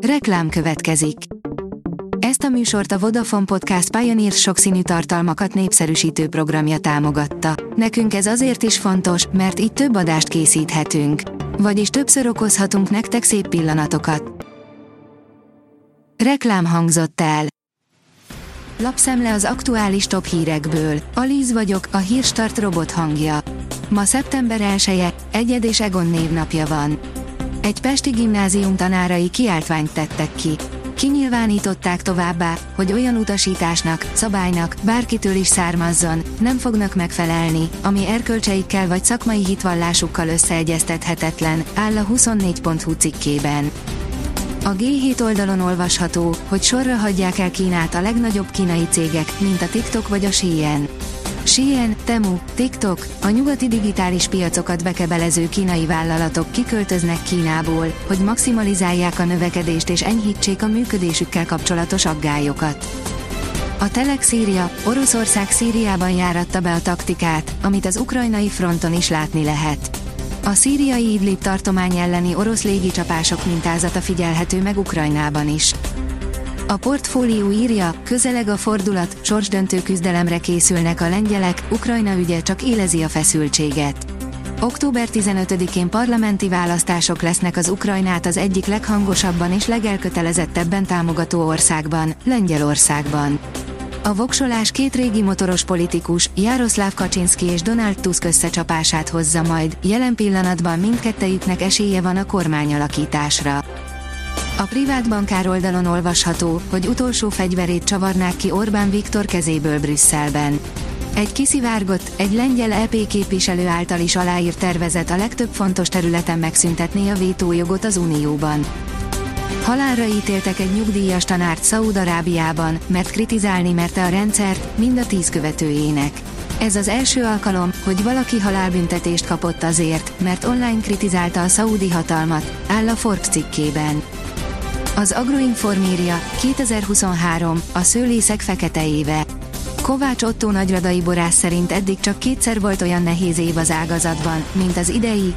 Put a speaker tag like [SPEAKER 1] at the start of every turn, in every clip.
[SPEAKER 1] Reklám következik. Ezt a műsort a Vodafone Podcast Pioneer sokszínű tartalmakat népszerűsítő programja támogatta. Nekünk ez azért is fontos, mert így több adást készíthetünk. Vagyis többször okozhatunk nektek szép pillanatokat. Reklám hangzott el. Lapszemle az aktuális top hírekből. Alíz vagyok, a Hírstart robot hangja. Ma szeptember 1-e, Egyed és Egon névnapja van. Egy pesti gimnázium tanárai kiáltványt tettek ki. Kinyilvánították továbbá, hogy olyan utasításnak, szabálynak, bárkitől is származzon, nem fognak megfelelni, ami erkölcseikkel vagy szakmai hitvallásukkal összeegyeztethetetlen, áll a 24.hu cikkében. A G7 oldalon olvasható, hogy sorra hagyják el Kínát a legnagyobb kínai cégek, mint a TikTok vagy a Shein. Shein, Temu, TikTok, a nyugati digitális piacokat bekebelező kínai vállalatok kiköltöznek Kínából, hogy maximalizálják a növekedést és enyhítsék a működésükkel kapcsolatos aggályokat. A Telex írja, Oroszország Szíriában járatta be a taktikát, amit az ukrajnai fronton is látni lehet. A szíriai Idlib tartomány elleni orosz légicsapások mintázata figyelhető meg Ukrajnában is. A Portfólió írja, közeleg a fordulat, sorsdöntő küzdelemre készülnek a lengyelek, Ukrajna ügye csak élezi a feszültséget. Október 15-én parlamenti választások lesznek az Ukrajnát az egyik leghangosabban és legelkötelezettebben támogató országban, Lengyelországban. A voksolás két régi motoros politikus, Jaroszláv Kaczynszki és Donald Tusk összecsapását hozza majd, jelen pillanatban mindkettejüknek esélye van a kormányalakításra. A privát bankár oldalon olvasható, hogy utolsó fegyverét csavarnák ki Orbán Viktor kezéből Brüsszelben. Egy kiszivárgott, egy lengyel EP képviselő által is aláírt tervezet a legtöbb fontos területen megszüntetné a vétójogot az Unióban. Halálra ítéltek egy nyugdíjas tanárt Szaúd-Arábiában, mert kritizálni merte a rendszert, mind a 10 követőjének. Ez az első alkalom, hogy valaki halálbüntetést kapott azért, mert online kritizálta a szaúdi hatalmat, áll a Forbes cikkében. Az Agroinform írja, 2023, a szőlészek fekete éve. Kovács Ottó nagyradai borász szerint eddig csak kétszer volt olyan nehéz év az ágazatban, mint az idei,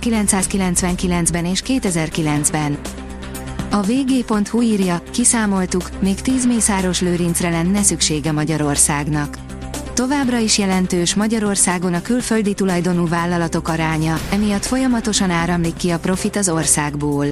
[SPEAKER 1] 1999-ben és 2009-ben. A vg.hu írja, kiszámoltuk, még 10 Mészáros Lőrincre lenne szüksége Magyarországnak. Továbbra is jelentős Magyarországon a külföldi tulajdonú vállalatok aránya, emiatt folyamatosan áramlik ki a profit az országból.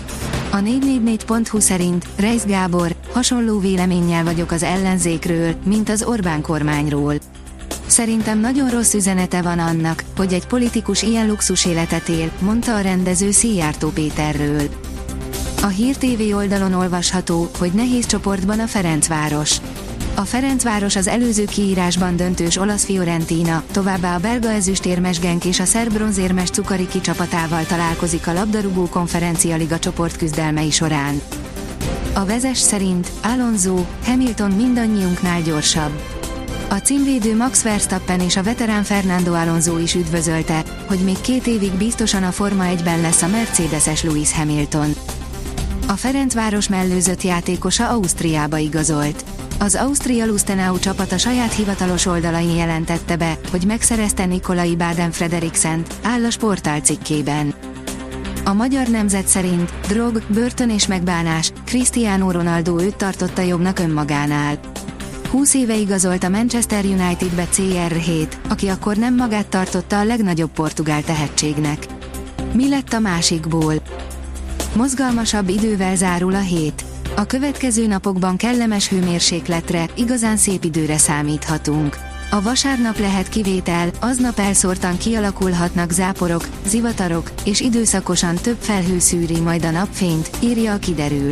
[SPEAKER 1] A 444.hu szerint Reisz Gábor, hasonló véleménnyel vagyok az ellenzékről, mint az Orbán kormányról. Szerintem nagyon rossz üzenete van annak, hogy egy politikus ilyen luxus életet él, mondta a rendező Szijjártó Péterről. A Hír TV oldalon olvasható, hogy nehéz csoportban a Ferencváros. A Ferencváros az előző kiírásban döntős olasz Fiorentina, továbbá a belga ezüstérmes Genk és a szerb bronzérmes Cukariki csapatával találkozik a labdarúgó konferencialiga csoportküzdelmei során. A Vezes szerint Alonso, Hamilton mindannyiunknál gyorsabb. A címvédő Max Verstappen és a veterán Fernando Alonso is üdvözölte, hogy még 2 évig biztosan a Forma 1-ben lesz a Mercedes-es Lewis Hamilton. A Ferencváros mellőzött játékosa Ausztriába igazolt. Az Austria Lustenau csapat a saját hivatalos oldalain jelentette be, hogy megszerezte Nikolai Baden-Frederiksent, áll a Sportál cikkében. A Magyar Nemzet szerint drog, börtön és megbánás, Cristiano Ronaldo őt tartotta jobbnak önmagánál. 20 éve igazolt a Manchester Unitedbe CR7, aki akkor nem magát tartotta a legnagyobb portugál tehetségnek. Mi lett a másikból? Mozgalmasabb idővel zárul a hét. A következő napokban kellemes hőmérsékletre, igazán szép időre számíthatunk. A vasárnap lehet kivétel, aznap elszórtan kialakulhatnak záporok, zivatarok, és időszakosan több felhő szűri majd a napfényt, írja a Kiderül.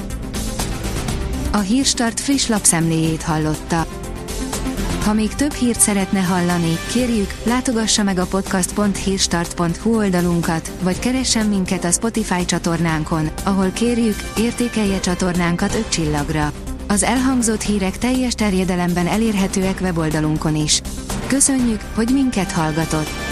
[SPEAKER 1] A Hírstart friss lapszemléjét hallotta. Ha még több hírt szeretne hallani, kérjük, látogassa meg a podcast.hírstart.hu oldalunkat, vagy keressen minket a Spotify csatornánkon, ahol kérjük, értékelje csatornánkat 5 csillagra. Az elhangzott hírek teljes terjedelemben elérhetőek weboldalunkon is. Köszönjük, hogy minket hallgatott!